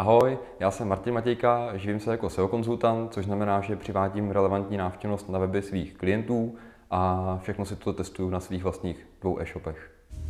Ahoj, já jsem Martin Matějka, živím se jako SEO konzultant, což znamená, že přivádím relevantní návštěvnost na weby svých klientů a všechno si to testuju na svých vlastních 2 e-shopech.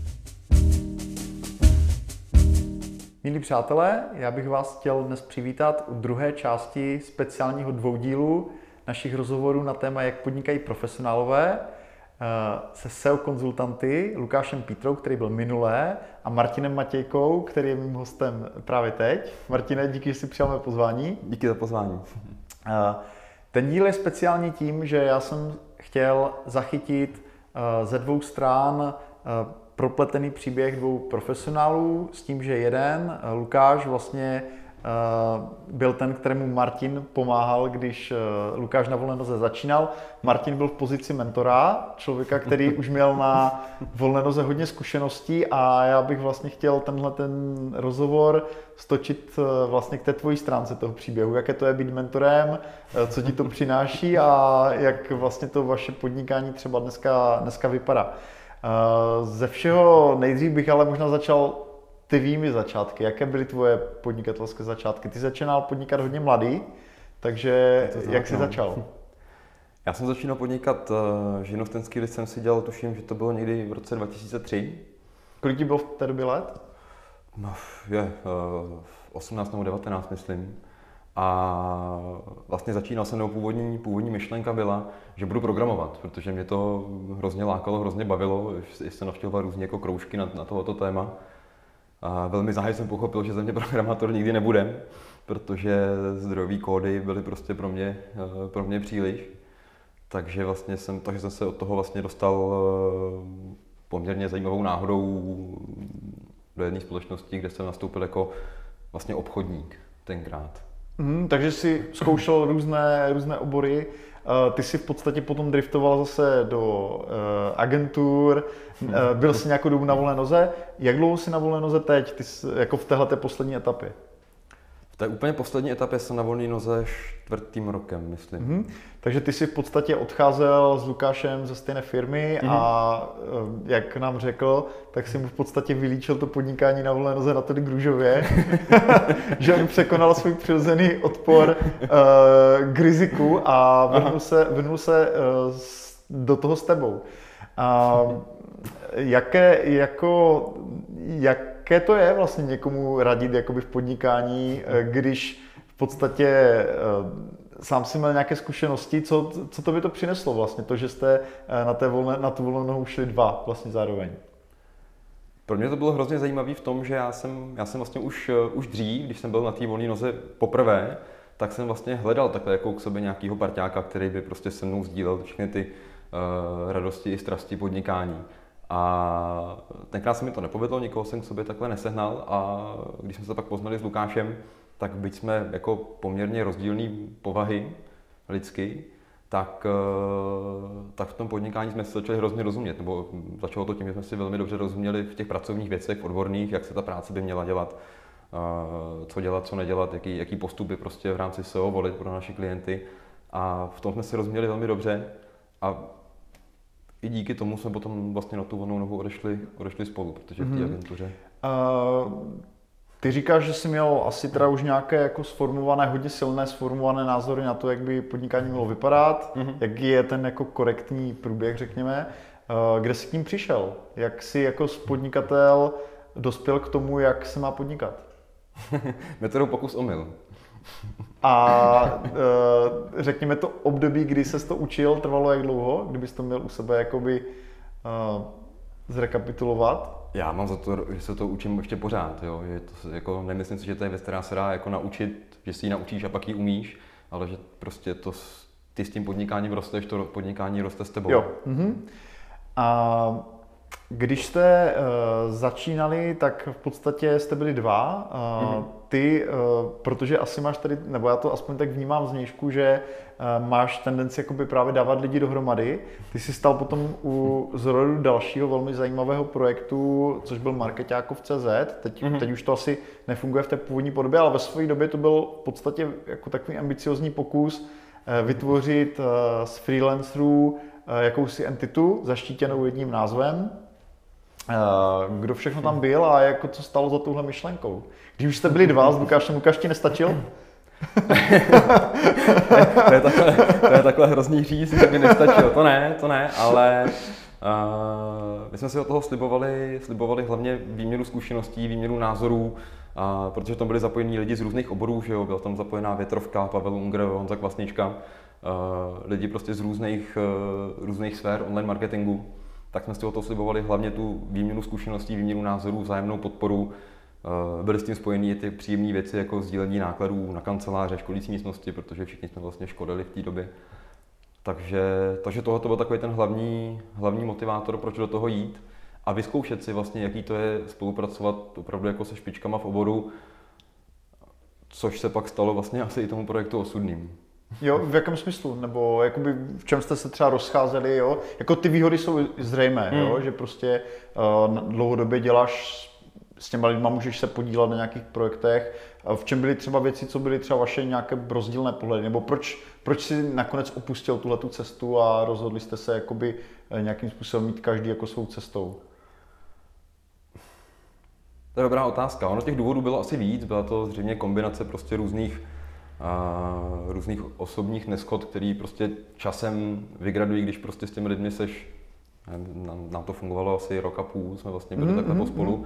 Milí přátelé, já bych vás chtěl dnes přivítat u druhé části speciálního dvoudílu našich rozhovorů na téma, jak podnikají profesionálové se SEO konzultanty Lukášem Pítrou, který byl minulé, a Martinem Matějkou, který je mým hostem právě teď. Martine, díky, že jsi přijal mé pozvání. Díky za pozvání. Ten díl je speciální tím, že já jsem chtěl zachytit ze 2 stran propletený příběh 2 profesionálů s tím, že jeden, Lukáš, vlastně byl ten, kterému Martin pomáhal, když Lukáš na volné noze začínal. Martin byl v pozici mentora, člověka, který už měl na volné noze hodně zkušeností, a já bych vlastně chtěl ten rozhovor stočit vlastně k té tvojí stránce toho příběhu. Jaké to je být mentorem, co ti to přináší a jak vlastně to vaše podnikání třeba dneska vypadá. Ze všeho nejdřív bych ale možná začal tvými začátky. Jaké byly tvoje podnikatelské začátky? Ty začínal podnikat hodně mladý, takže jak jsi začal? Já jsem začínal podnikat živnostenský list, jsem si dělal, tuším, že to bylo někdy v roce 2003. Kolik ti bylo v té době let? No, 18 nebo 19, myslím. A vlastně začínal jsem, původní myšlenka byla, že budu programovat, protože mě to hrozně lákalo, hrozně bavilo, jsem navštěvoval různě jako kroužky na tohoto téma. A velmi záhy jsem pochopil, že ze mě programátor nikdy nebude, protože zdrojové kódy byly prostě pro mě příliš. Takže jsem se od toho vlastně dostal poměrně zajímavou náhodou do jedné společnosti, kde jsem nastoupil jako vlastně obchodník tenkrát. Takže jsi zkoušel různé obory. Ty jsi v podstatě potom driftoval zase do agentur, byl jsi nějakou dobu na volné noze. Jak dlouho jsi na volné noze teď, jako v téhleté poslední etapě? V té úplně poslední etapě jsem na volné noze 4. rokem, myslím. Takže ty jsi v podstatě odcházel s Lukášem ze stejné firmy a jak nám řekl, tak si mu v podstatě vylíčil to podnikání na volné noze natolik růžově, že on překonal svůj přirozený odpor k riziku a vrhnul se do toho s tebou. Jaké to je vlastně někomu radit jakoby v podnikání, když v podstatě sám si měl nějaké zkušenosti, co to by to přineslo vlastně, to, že jste na tu volnou nohu šli 2 vlastně zároveň? Pro mě to bylo hrozně zajímavé v tom, že já jsem vlastně už dřív, když jsem byl na té volné noze poprvé, tak jsem vlastně hledal takhle jako k sobě nějakýho parťáka, který by prostě se mnou sdílel všechny ty radosti i strasti podnikání. A tenkrát se mi to nepovedlo, nikoho jsem k sobě takhle nesehnal, a když jsme se pak poznali s Lukášem, tak byť jsme jako poměrně rozdílný povahy lidsky, tak v tom podnikání jsme si začali hrozně rozumět, nebo začalo to tím, že jsme si velmi dobře rozuměli v těch pracovních věcech, odborných, jak se ta práce by měla dělat, co dělat, co nedělat, jaký postupy prostě v rámci SEO volit pro naše klienty, a v tom jsme si rozuměli velmi dobře, a i díky tomu jsme potom vlastně na tu volnou nohu odešli spolu, protože v té agentuře. Ty říkáš, že jsi měl asi teda už nějaké jako hodně silné sformované názory na to, jak by podnikání mělo vypadat, jaký je ten jako korektní průběh, řekněme. Kde jsi k ním přišel? Jak jsi jako podnikatel dospěl k tomu, jak se má podnikat? Metodou pokus omyl. A řekněme, to období, kdy ses to učil, trvalo jak dlouho? Kdybys to měl u sebe jakoby zrekapitulovat? Já mám za to, že se to učím ještě pořád. Jo. Jako, nemyslím si, že to je věc, která se dá jako naučit, že si ji naučíš a pak ji umíš, ale že prostě ty s tím podnikáním rosteš, to podnikání roste s tebou. Jo. A když jste začínali, tak v podstatě jste byli 2. Ty, protože asi máš tady, nebo já to aspoň tak vnímám zvnějšku, že máš tendenci jakoby právě dávat lidi dohromady. Ty jsi stal potom u zrodu dalšího velmi zajímavého projektu, což byl Markeťákov.cz. Teď už to asi nefunguje v té původní podobě, ale ve své době to byl v podstatě jako takový ambiciozní pokus vytvořit z freelancerů jakousi entitu zaštítěnou jedním názvem. Kdo všechno tam byl a jako co stalo za touhle myšlenkou? Když už jste byli dva s Lukášem, Lukáš ti nestačil? to je takhle hrozný říct, že mi nestačilo. To ne, ale my jsme si od toho slibovali hlavně výměnu zkušeností, výměnu názorů, protože tam byli zapojení lidi z různých oborů, že jo? Byla tam zapojená Větrovka, Pavel Unger, Honza Kvasnička, lidi prostě z různých sfér online marketingu. Tak jsme si o to slibovali hlavně tu výměnu zkušeností, výměnu názorů, vzájemnou podporu. Byly s tím spojeny i ty příjemné věci, jako sdílení nákladů na kanceláře, školící místnosti, protože všichni jsme vlastně školili v té době. Takže tohle byl takový ten hlavní motivátor, proč do toho jít a vyzkoušet si vlastně, jaký to je spolupracovat opravdu jako se špičkama v oboru, což se pak stalo vlastně asi i tomu projektu osudným. Jo, v jakém smyslu? Nebo jakoby v čem jste se třeba rozcházeli, jo? Jako ty výhody jsou zřejmé, jo? Že prostě dlouhodobě děláš s těma lidma, můžeš se podílet na nějakých projektech. V čem byly třeba věci, co byly třeba vaše nějaké rozdílné pohledy? Nebo proč si nakonec opustil tuhletu cestu a rozhodli jste se jakoby nějakým způsobem mít každý jako svou cestou? To je dobrá otázka. Ono těch důvodů bylo asi víc, byla to zřejmě kombinace prostě různých osobních neshod, který prostě časem vygradují, když prostě s těmi lidmi seš, nám to fungovalo asi rok a půl, jsme vlastně byli takhle pospolu.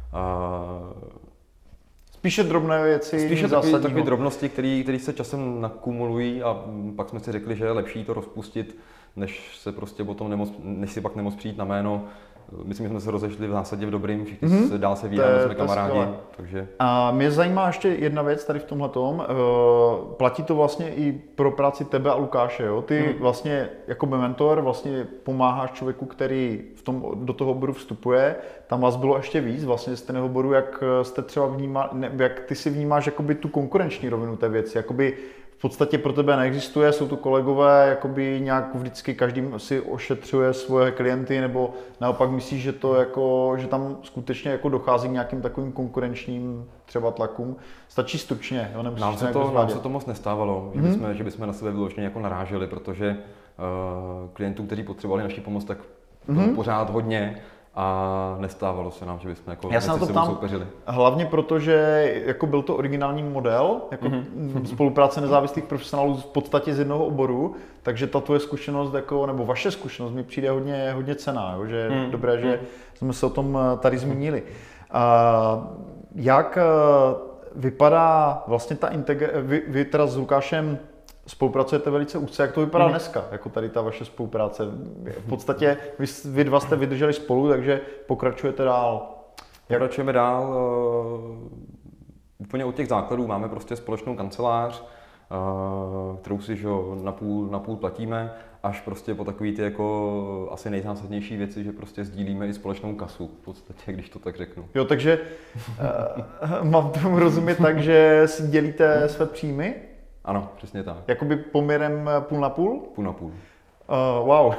Spíše drobné věci, spíše takové drobnosti, které se časem nakumulují a pak jsme si řekli, že je lepší to rozpustit, než se prostě potom než si pak nemoc přijít na jméno. Myslím, že jsme se rozešli v zásadě v dobrým, všichni dál se vídáme, jsme kamarádi. Takže... A mě zajímá ještě jedna věc tady v tomhletom. Platí to vlastně i pro práci tebe a Lukáše, jo? Ty vlastně jako mentor vlastně pomáháš člověku, který do toho oboru vstupuje. Tam vás bylo ještě víc vlastně z toho oboru, jak jste třeba jak ty si vnímáš jakoby tu konkurenční rovinu té věci, jakoby v podstatě pro tebe neexistuje, jsou to kolegové, jakoby nějak vždycky každý si ošetřuje svoje klienty, nebo naopak myslíš, že to jako, že tam skutečně jako dochází k nějakým takovým konkurenčním třeba tlakům? Stačí stručně, jo? Nám se to moc nestávalo, že bychom na sebe vyloženě jako naráželi, protože klientů, kteří potřebovali naši pomoc, tak bylo pořád hodně. A nestávalo se nám, že bychom jako já se na to ptám, soupeřili. Hlavně proto, že jako byl to originální model, jako spolupráce nezávislých profesionálů v podstatě z jednoho oboru, takže ta tvoje zkušenost, jako, nebo vaše zkušenost mi přijde hodně cenná, jo? Že je dobré, že jsme se o tom tady zmínili. Jak vypadá vlastně ta integrace, vy teda s Lukášem spolupracujete velice úzce, jak to vypadá dneska, jako tady ta vaše spolupráce? V podstatě vy dva jste vydrželi spolu, takže pokračujete dál. Pokračujeme dál, úplně od těch základů máme prostě společnou kancelář, kterou si na půl platíme, až prostě po takový ty jako asi nejzásadnější věci, že prostě sdílíme i společnou kasu, v podstatě, když to tak řeknu. Jo, takže mám tomu rozumět tak, že si dělíte své příjmy? Ano, přesně tak. Jakoby poměrem půl na půl? Půl na půl. Wow.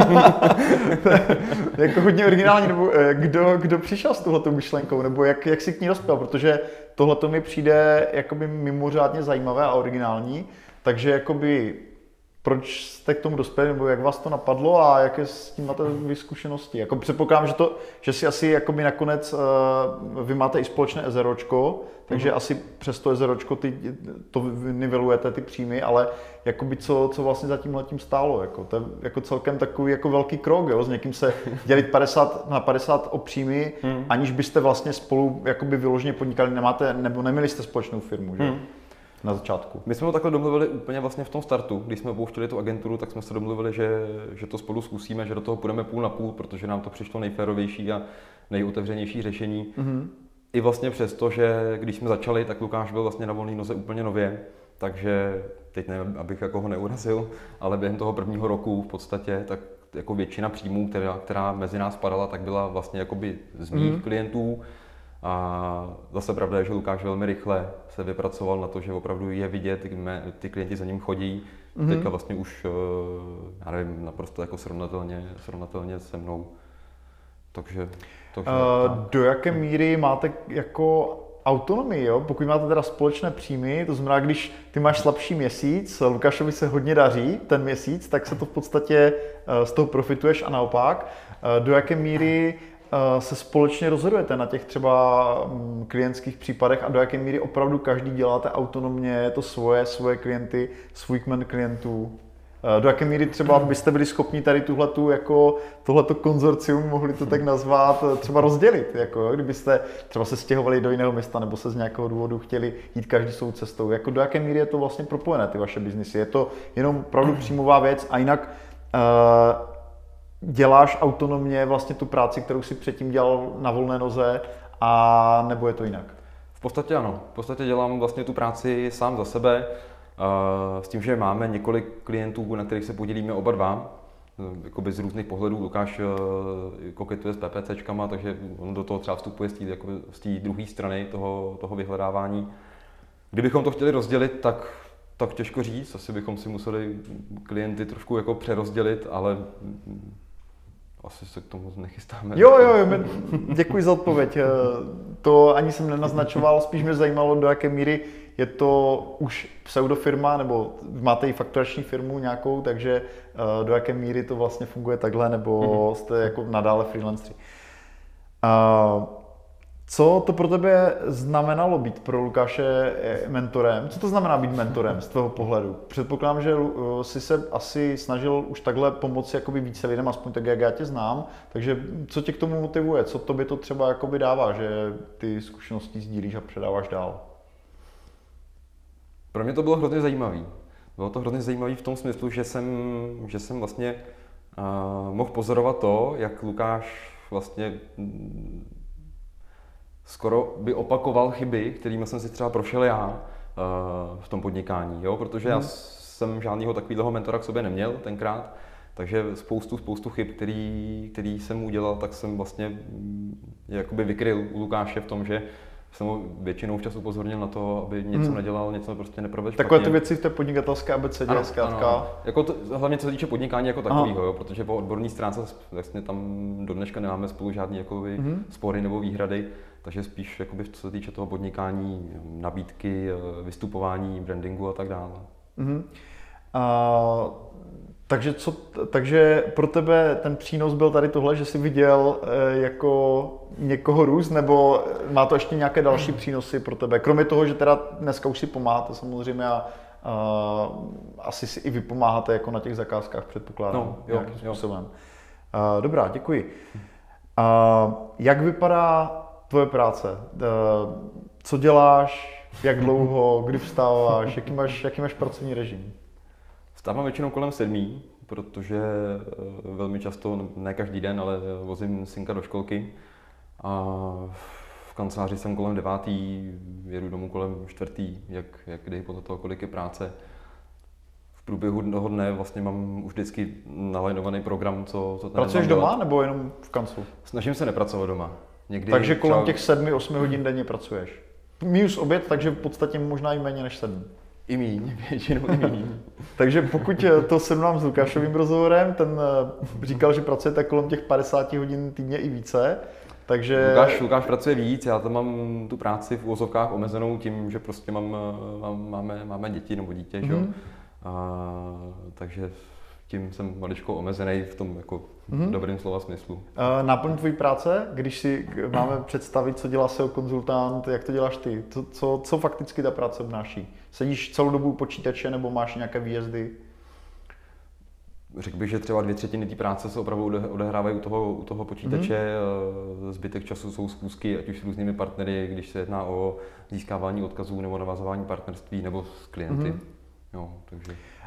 Jako hodně originální, nebo kdo přišel s touhletou myšlenkou, nebo jak si k ní dospěl, protože tohleto mi přijde jakoby mimořádně zajímavé a originální, takže jakoby proč jste k tomu dospěli, nebo jak vás to napadlo a jaké s tím máte zkušenosti? Jako předpokládám, že si asi jakoby nakonec vy máte i společné ezeročko, takže asi přes to ezeročko to nivelujete ty příjmy, ale jakoby co vlastně za tímhletím stálo? Jako, to je jako celkem takový jako velký krok, jo? S někým se dělit 50/50 o příjmy, aniž byste vlastně spolu jakoby vyloženě podnikali, neměli jste společnou firmu, že? Na začátku. My jsme ho takhle domluvili úplně vlastně v tom startu, když jsme opouštěli tu agenturu, tak jsme se domluvili, že to spolu zkusíme, že do toho půjdeme půl na půl, protože nám to přišlo nejférovější a nejotevřenější řešení. I vlastně přesto, že když jsme začali, tak Lukáš byl vlastně na volné noze úplně nově, takže teď nevím, abych jako ho neurazil, ale během toho prvního roku v podstatě tak jako většina příjmů, která mezi nás padala, tak byla vlastně jakoby z mých klientů. A zase pravda je, že Lukáš velmi rychle se vypracoval na to, že opravdu je vidět, ty klienti za ním chodí. Teďka vlastně už, já nevím, naprosto jako srovnatelně se mnou. Takže do jaké míry máte jako autonomii, jo? Pokud máte teda společné příjmy, to znamená, když ty máš slabší měsíc, Lukášovi se hodně daří ten měsíc, tak se to v podstatě z toho profituješ a naopak. Do jaké míry se společně rozhodujete na těch třeba klientských případech a do jaké míry opravdu každý děláte autonomně to svoje klienty, svůj kmen klientů? Do jaké míry třeba byste byli schopni tady tohleto konzorcium, mohli to tak nazvat, třeba rozdělit, jako, kdybyste třeba se stěhovali do jiného města nebo se z nějakého důvodu chtěli jít každý svou cestou. Jako do jaké míry je to vlastně propojené, ty vaše biznisy? Je to jenom opravdu příjmová věc a jinak děláš autonomně vlastně tu práci, kterou si předtím dělal na volné noze, a nebo je to jinak? V podstatě ano. V podstatě dělám vlastně tu práci sám za sebe, s tím, že máme několik klientů, na kterých se podílíme oba dva, jakoby z různých pohledů. Lukáš koketuje s PPCčkama, takže on do toho třeba vstupuje z té druhé strany toho vyhledávání. Kdybychom to chtěli rozdělit, tak těžko říct, asi bychom si museli klienty trošku jako přerozdělit, ale asi se k tomu nechystáme. Jo, děkuji za odpověď. To ani jsem nenaznačoval, spíš mě zajímalo, do jaké míry je to už pseudofirma, nebo máte i fakturační firmu nějakou, takže do jaké míry to vlastně funguje takhle, nebo jste jako nadále freelanceri. Co to pro tebe znamenalo být pro Lukáše mentorem? Co to znamená být mentorem z tvého pohledu? Předpokládám, že jsi se asi snažil už takhle pomoci jakoby více lidem, aspoň tak, jak já tě znám. Takže co tě k tomu motivuje? Co tobě to třeba jakoby dává, že ty zkušenosti sdílíš a předáváš dál? Pro mě to bylo hrozně zajímavé. Bylo to hrozně zajímavé v tom smyslu, že jsem vlastně mohl pozorovat to, jak Lukáš vlastně skoro by opakoval chyby, kterými jsem si třeba prošel já v tom podnikání, jo? Protože já jsem žádného takového mentora k sobě neměl tenkrát, takže spoustu chyb, který jsem udělal, tak jsem vlastně jakoby vykryl u Lukáše v tom, že jsem ho většinou včas upozornil na to, aby něco nedělal, něco prostě neprovedl špatně. Takové ty věci v té podnikatelské abecedě, zkrátka. Jako hlavně co se týče podnikání jako takového, jo, protože po odborné stránce vlastně tam do dneška nemáme spolu žádný jakoby spory nebo výhrady, takže spíš jakoby, co se týče toho podnikání, nabídky, vystupování, brandingu a tak dále. Takže pro tebe ten přínos byl tady tohle, že jsi viděl jako někoho růst, nebo má to ještě nějaké další přínosy pro tebe? Kromě toho, že teda dneska už si pomáháte samozřejmě a asi si i vy pomáháte jako na těch zakázkách, předpokládám, nějakým způsobem. Dobrá, děkuji. Jak vypadá tvoje práce? Co děláš? Jak dlouho? Kdy vstáváš? Jaký máš pracovní režim? Vstávám většinou kolem 7, protože velmi často, ne každý den, ale vozím synka do školky. A v kanceláři jsem kolem 9, jedu domů kolem 4, jak kdy podle toho, kolik je práce. V průběhu toho dne vlastně mám už vždycky nalajnovaný program, co ten Pracuješ doma nebo jenom v kanclu? Snažím se nepracovat doma. Někdy takže kolem těch 7-8 hodin denně pracuješ? Minus oběd, takže v podstatě možná i méně než 7. I míň, většinou i míň. Takže pokud to srovnám s Lukášovým rozhovorem, ten říkal, že pracujete kolem těch 50 hodin týdně i více, takže... Lukáš pracuje víc, já tam mám tu práci v uvozovkách omezenou tím, že prostě máme děti nebo dítě, že? Takže tím jsem maličko omezený v tom jako dobrým slova smyslu. Náplň tvojí práce, když si máme představit, co dělá SEO konzultant, jak to děláš ty? Co fakticky ta práce obnáší? Sedíš celou dobu u počítače nebo máš nějaké výjezdy? Řekl bych, že třeba 2/3 té práce se opravdu odehrávají u toho počítače. Zbytek času jsou schůzky, ať už s různými partnery, když se jedná o získávání odkazů nebo navazování partnerství nebo s klienty. Jo, takže...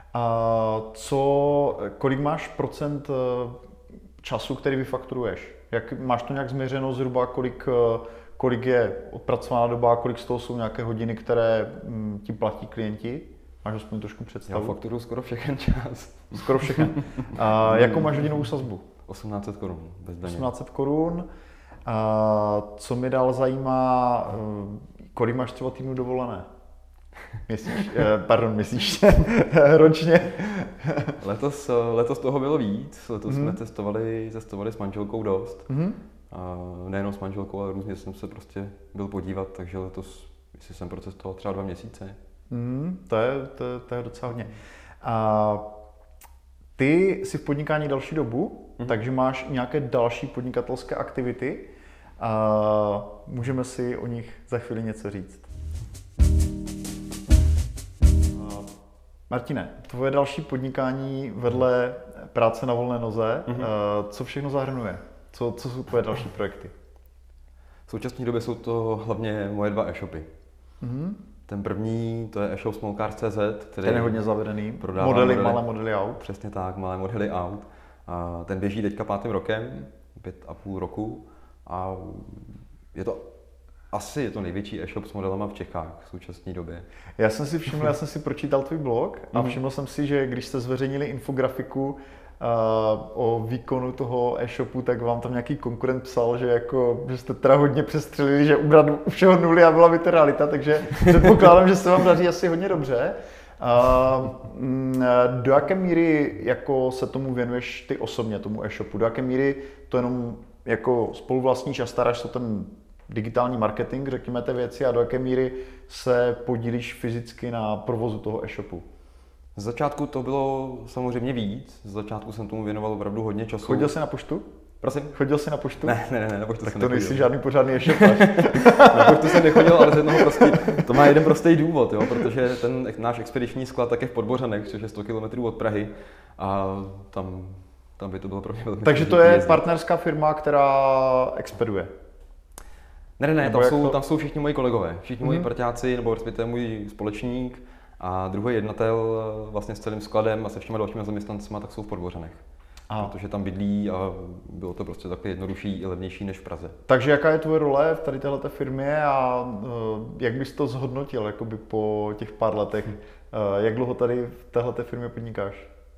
Kolik máš procent času, který vyfakturuješ? Máš to nějak změřeno zhruba, kolik je odpracovaná doba, kolik z toho jsou nějaké hodiny, které ti platí klienti? Máš aspoň trošku představu? Já fakturuju skoro všechen čas. Skoro všechen. Jakou máš hodinovou sazbu? 1800 korun bez daně. 1800 korun. Co mi dál zajímá, kolik máš třeba týdnů dovolené? Měsíčně, ročně. Letos toho bylo víc. Letos jsme cestovali s manželkou dost. A nejenom s manželkou, ale různě jsem se prostě byl podívat, takže letos jsem procestoval třeba 2 měsíce. To je docela hodně. Ty jsi v podnikání další dobu, takže máš nějaké další podnikatelské aktivity a můžeme si o nich za chvíli něco říct. Martine, tvoje další podnikání vedle práce na volné noze, co všechno zahrnuje? Co jsou tvoje další projekty? V současné době jsou to hlavně moje 2 e-shopy. Ten první, to je e-shop smallcars.cz, který ten je hodně zavedený, prodává malé modely aut. Přesně tak, malé modely aut. A ten běží teďka 5. rokem, 5,5 roku a je to asi to největší e-shop s modelama v Čechách v současné době. Já jsem si pročítal tvůj blog a všiml jsem si, že když jste zveřejnili infografiku o výkonu toho e-shopu, tak vám tam nějaký konkurent psal, že jste teda hodně přestřelili, že ubrat u všeho nuly a byla by to realita, takže předpokládám, že se vám daří asi hodně dobře. Do jaké míry se tomu věnuješ ty osobně, tomu e-shopu? Do jaké míry to jenom spoluvlastníš a staráš se o ten digitální marketing, řekněme ty věci, a do jaké míry se podílíš fyzicky na provozu toho e-shopu? Z začátku to bylo samozřejmě víc. Z začátku jsem tomu věnoval opravdu hodně času. Chodil jsi na poštu? Prosím? Chodil jsi na poštu? Ne, na poštu tak jsem to nechodil. nejsi žádný pořádný e-shopař. Na poštu jsem nechodil, ale to má jeden prostý důvod, jo, protože ten náš expediční sklad tak je v Podbořanech, což je 100 km od Prahy, a tam by to bylo pro mě velmi. Takže to je partnerská firma, která expeduje? Ne, tam jsou všichni moji kolegové, všichni moji parťáci, nebo respektive můj společník a druhý jednatel vlastně s celým skladem a se všema dalšími zaměstnancima, tak jsou v Podbořanech. Protože tam bydlí a bylo to prostě takhle jednodušší i levnější než v Praze. Takže jaká je tvoje role v tady téhleté firmě a jak bys to zhodnotil po těch pár letech? Jak dlouho tady v téhleté firmě podnikáš?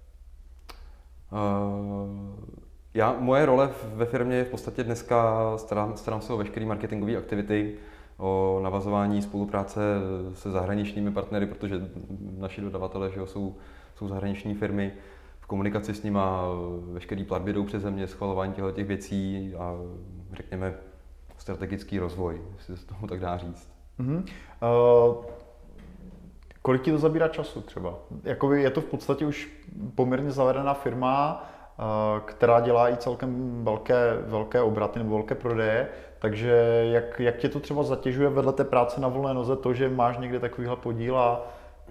Moje role ve firmě je v podstatě dneska, starám se o veškeré marketingové aktivity, o navazování spolupráce se zahraničními partnery, protože naši dodavatelé jsou zahraniční firmy, v komunikaci s nima, veškeré platby jdou přeze mě, schvalování těch věcí a řekněme strategický rozvoj, jestli se tomu tak dá říct. Kolik ti to zabírá času třeba? Je to v podstatě už poměrně zavedená firma, která dělá i celkem velké obraty nebo velké prodeje, takže jak tě to třeba zatěžuje vedle té práce na volné noze to, že máš někde takovýhle podíl a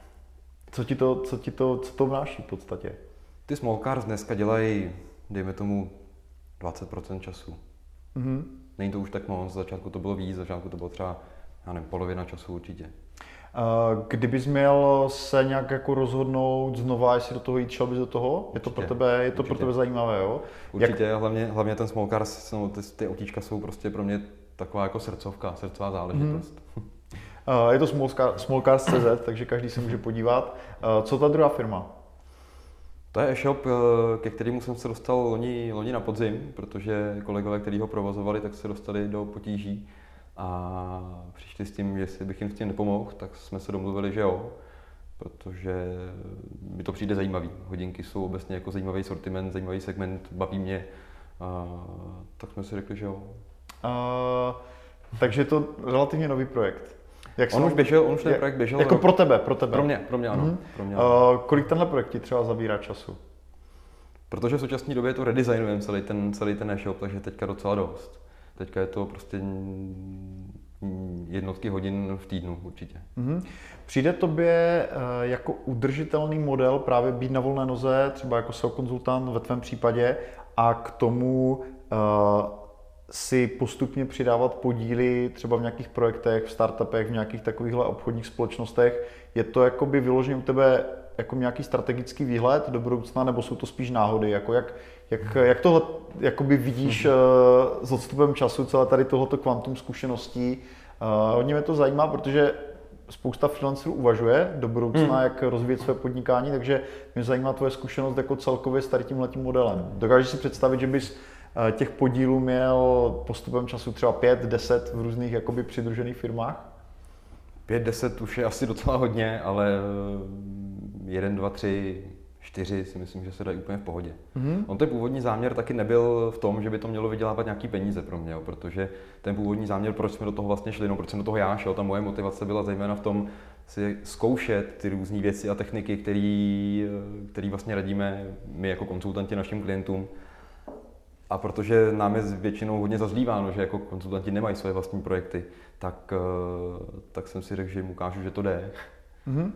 co to vnáší v podstatě? Ty small cars dneska dělají, dejme tomu, 20% času. Není to už tak moc, z začátku to bylo víc, z začátku to bylo třeba, polovina času určitě. Kdybys měl se nějak rozhodnout znova, jestli do toho jít, šel bys do toho? Je to pro tebe zajímavé, jo? Určitě, hlavně ten small cars, ty autíčka jsou prostě pro mě taková srdcová záležitost. Je to smallcars.cz, takže každý se může podívat. Co ta druhá firma? To je e-shop, ke kterému jsem se dostal loni na podzim, protože kolegové, kteří ho provozovali, tak se dostali do potíží a přišli s tím, že jestli bych jim s tím nepomohl, tak jsme se domluvili, že jo, protože mi to přijde zajímavý. Hodinky jsou obecně zajímavý sortiment, zajímavý segment, baví mě, tak jsme si řekli, že jo. Takže je to relativně nový projekt. On už ten projekt běžel. Jako pro tebe? Pro mě ano. Kolik tenhle projekt ti třeba zabírá času? Protože v současné době to redesignujeme celý ten e-shop, takže teďka docela dost. Teďka je to prostě jednotky hodin v týdnu určitě. Přijde tobě jako udržitelný model právě být na volné noze, třeba jako SEO konzultant ve tvém případě, a k tomu si postupně přidávat podíly třeba v nějakých projektech, v startupech, v nějakých takovýchhle obchodních společnostech? Je to jakoby vyloženě u tebe jako nějaký strategický výhled do budoucna, nebo jsou to spíš náhody? Jak tohle jakoby vidíš s odstupem času, celé tady tohoto kvantum zkušeností? Hodně mě to zajímá, protože spousta freelancerů uvažuje do budoucna, jak rozvíjet své podnikání, takže mě zajímá tvoje zkušenost jako celkově s tady tímhletím modelem. Dokážeš si představit, že bys těch podílů měl postupem času třeba 5-10 v různých jakoby přidružených firmách? 5-10 už je asi docela hodně, ale 1, 2, 3, 4 si myslím, že se dají úplně v pohodě. On ten původní záměr taky nebyl v tom, že by to mělo vydělávat nějaký peníze pro mě, protože ten původní záměr, proč jsme do toho vlastně šli, proč jsem do toho já šel, ta moje motivace byla zejména v tom si zkoušet ty různé věci a techniky, které vlastně radíme my jako konzultanti našim klientům. A protože nám je většinou hodně zazlíváno, že jako konzultanti nemají své vlastní projekty, tak jsem si řekl, že jim ukážu, že to jde. Mm-hmm.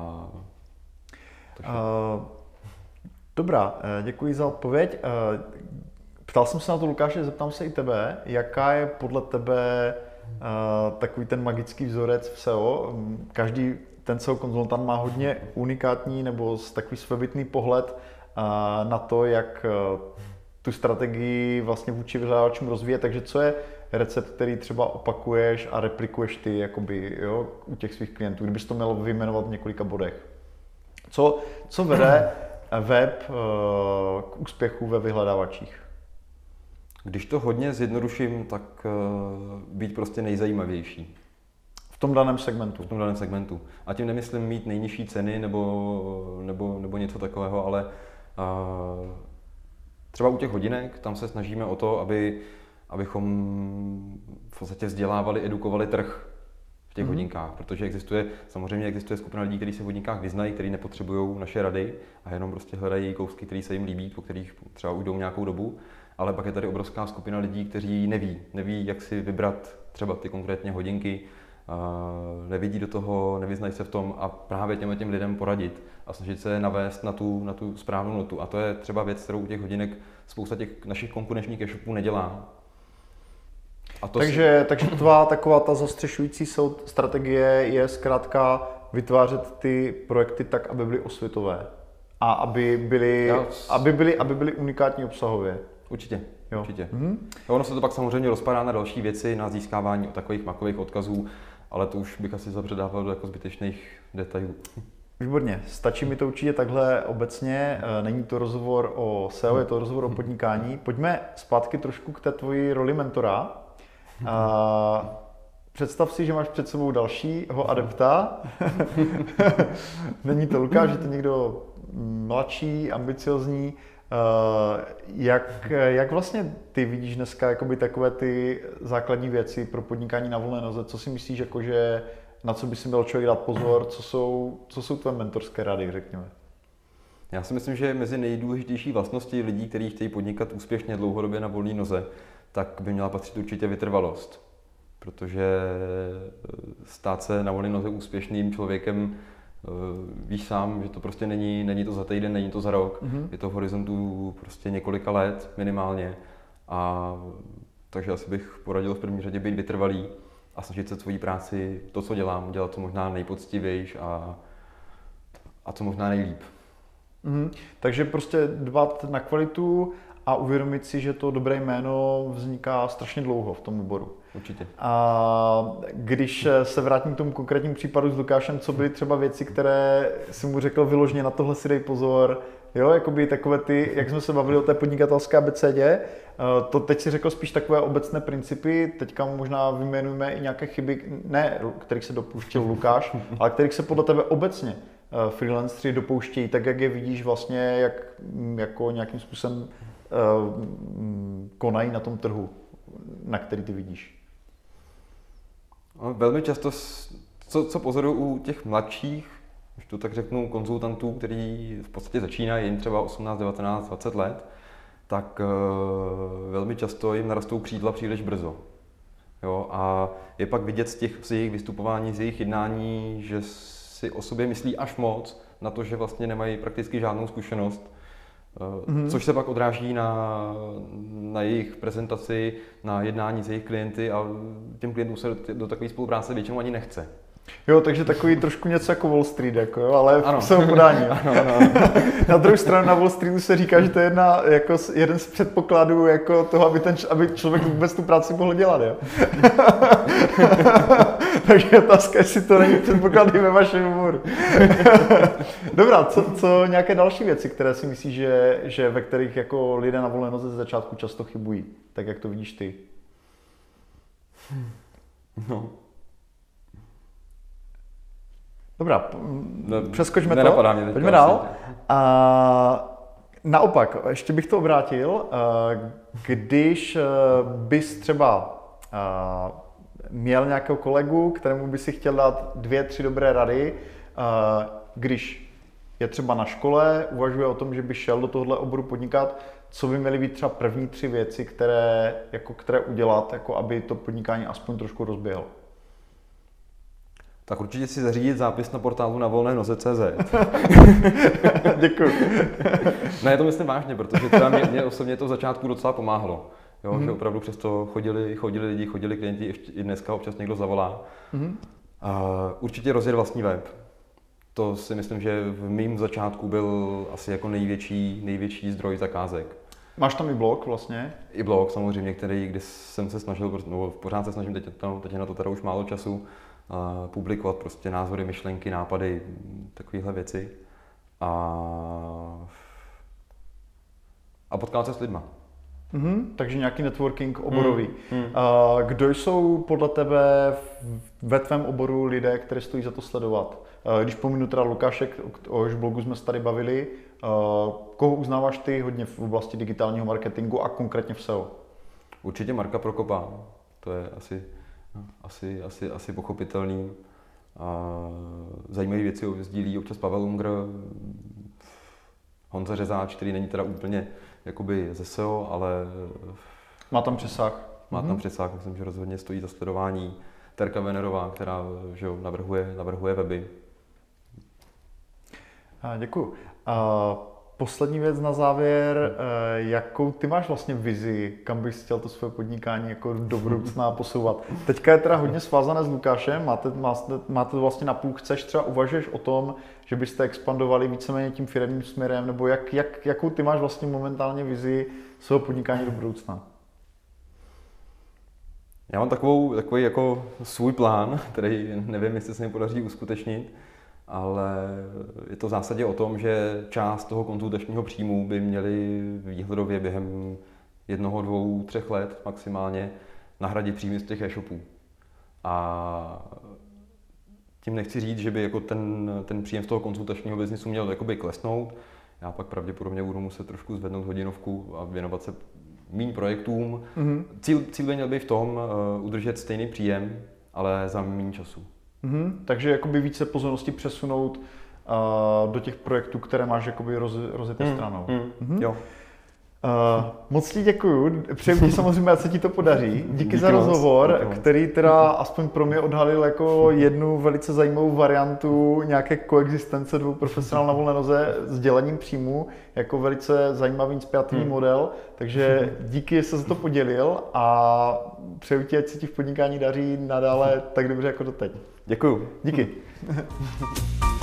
Dobrá, děkuji za odpověď. Ptal jsem se na to, Lukáše, zeptám se i tebe, jaká je podle tebe takový ten magický vzorec v SEO? Každý ten SEO konzultant má hodně unikátní nebo takový svébytný pohled na to, jak tu strategii vlastně vůči vyhledávačům rozvíjet. Takže co je recept, který třeba opakuješ a replikuješ ty jakoby, jo, u těch svých klientů, kdybys to měl vyjmenovat v několika bodech? Co vede web k úspěchu ve vyhledávačích? Když to hodně zjednoduším, tak být prostě nejzajímavější. V tom daném segmentu. V tom daném segmentu. A tím nemyslím mít nejnižší ceny nebo něco takového, ale třeba u těch hodinek, tam se snažíme o to, abychom v podstatě vzdělávali, edukovali trh v těch hodinkách, protože samozřejmě existuje skupina lidí, kteří se v hodinkách vyznají, kteří nepotřebují naše rady a jenom prostě hledají kousky, které se jim líbí, po kterých třeba ujdou nějakou dobu. Ale pak je tady obrovská skupina lidí, kteří neví, jak si vybrat třeba ty konkrétně hodinky, nevidí do toho, nevyznají se v tom a právě těm lidem poradit a snažit se navést na tu správnou notu. A to je třeba věc, kterou u těch hodinek spousta těch našich konkurenčních e-shopů nedělá. Takže tvá taková ta zastřešující strategie je zkrátka vytvářet ty projekty tak, aby byly osvětové a aby byly unikátní obsahově. Určitě. Ono se to pak samozřejmě rozpadá na další věci, na získávání takových makových odkazů, ale to už bych asi zabředával do jako zbytečných detailů. Výborně, stačí mi to určitě takhle obecně, není to rozhovor o SEO, je to rozhovor o podnikání. Pojďme zpátky trošku k té tvoji roli mentora. Představ si, že máš před sebou dalšího adepta. Není to Lukáš, je to někdo mladší, ambiciozní. Jak vlastně ty vidíš dneska jakoby takové ty základní věci pro podnikání na volné noze? Co si myslíš, jakože, na co by si měl člověk dát pozor? Co jsou tvé mentorské rady, řekněme? Já si myslím, že mezi nejdůležitější vlastnosti lidí, kteří chtějí podnikat úspěšně dlouhodobě na volné noze, tak by měla patřit určitě vytrvalost. Protože stát se na volné noze úspěšným člověkem, víš sám, že to prostě není to za týden, není to za rok, je to v horizontu prostě několika let minimálně. Takže asi bych poradil v první řadě být vytrvalý a snažit se svoji práci, to, co dělám, dělat co možná nejpoctivějš a co možná nejlíp. Takže prostě dbat na kvalitu a uvědomit si, že to dobré jméno vzniká strašně dlouho v tom oboru. Určitě. A když se vrátím k tomu konkrétnímu případu s Lukášem, co byly třeba věci, které si mu řekl vyloženě, na tohle si dej pozor, jo, jakoby takové ty, jak jsme se bavili o té podnikatelské abecedě, to teď si řekl spíš takové obecné principy, teďka možná vyjmenujeme i nějaké chyby, ne kterých se dopouštěl Lukáš, ale kterých se podle tebe obecně freelanceri dopouštějí, tak jak je vidíš vlastně, jak jako nějakým způsobem konají na tom trhu, na který ty vidíš? Velmi často, co pozoruju u těch mladších, když to tak řeknu, konzultantů, kteří v podstatě začínají jen třeba 18, 19, 20 let, tak velmi často jim narastou křídla příliš brzo. Jo, a je pak vidět z jejich vystupování, z jejich jednání, že si o sobě myslí až moc na to, že vlastně nemají prakticky žádnou zkušenost, což se pak odráží na jejich prezentaci, na jednání s jejich klienty a těm klientům se do takové spolupráce většinou ani nechce. Jo, takže takový trošku něco jako Wall Street, jako, jo, ale v svém podání. Ano. Na druhou stranu na Wall Streetu se říká, že to je jeden z předpokladů jako toho, aby člověk vůbec tu práci mohl dělat. Jo? Takže otázka, jestli to není předpoklady ve vašem oboru. Dobrá, co nějaké další věci, které si myslíš, že ve kterých jako lidé na volné noze ze začátku často chybují, tak jak to vidíš ty? No. Dobrá, přeskočme to. Nenapadá mě teď. Pojďme dál. Naopak, ještě bych to obrátil, když bys třeba měl nějakého kolegu, kterému by si chtěl dát 2-3 dobré rady, když je třeba na škole, uvažuje o tom, že by šel do tohohle oboru podnikat, co by měly být třeba první 3 věci, které udělat, jako aby to podnikání aspoň trošku rozběhlo? Tak určitě si zařídit zápis na portálu na volnénoze.cz. Děkuji. Ne, to myslím vážně, protože třeba mě osobně to v začátku docela pomáhalo. Jo, že opravdu přesto chodili lidi, chodili klienti, ještě i dneska občas někdo zavolá. Určitě rozjet vlastní web. To si myslím, že v mém začátku byl asi jako největší zdroj zakázek. Máš tam i blog vlastně? I blog samozřejmě, kdy jsem se snažil, no pořád se snažím, teď je na to teda už málo času, publikovat prostě názory, myšlenky, nápady, takovéhle věci. A potkat se s lidma. Takže nějaký networking oborový. Kdo jsou podle tebe ve tvém oboru lidé, které stojí za to sledovat? Když pominu teda Lukáše, o jehož blogu jsme se tady bavili, koho uznáváš ty hodně v oblasti digitálního marketingu a konkrétně v SEO? Určitě Marka Prokopa, to je asi pochopitelný. Zajímavé věci sdílí občas Pavel Unger, Honza Řezáč, který není teda úplně jakoby ze SEO, ale má tam přesah. Má tam přesah, myslím, že rozhodně stojí za sledování. Terka Venerová, která že jo, navrhuje weby. Děkuju. Poslední věc na závěr, jakou ty máš vlastně vizi, kam bys chtěl to své podnikání jako do budoucna posouvat? Teďka je teda hodně svázané s Lukášem, máte to vlastně napůl, chceš třeba uvažuješ o tom, že byste expandovali víceméně tím firemním směrem, nebo jakou ty máš vlastně momentálně vizi svého podnikání do budoucna? Já mám takový jako svůj plán, který nevím, jestli se mi podaří uskutečnit, ale je to v zásadě o tom, že část toho konzultačního příjmu by měli výhledově během 1, 2, 3 let maximálně nahradit příjmy z těch e-shopů. A tím nechci říct, že by jako ten příjem z toho konzultačního biznisu měl jakoby klesnout. Já pak pravděpodobně budu muset trošku zvednout hodinovku a věnovat se méně projektům. Cíl by měl být v tom udržet stejný příjem, ale za méně času. Takže jakoby více pozornosti přesunout do těch projektů, které máš jakoby rozjeté stranou. Jo. Moc ti děkuju, přeju ti samozřejmě, ať se ti to podaří. Díky za rozhovor, který teda aspoň pro mě odhalil jako jednu velice zajímavou variantu nějaké koexistence 2 profesionálů na volné noze s dělením příjmu, jako velice zajímavý inspirativní model, takže díky, že jsi za to podělil a přeju ti, ať se ti v podnikání daří nadále tak dobře jako doteď. Děkuju. Díky.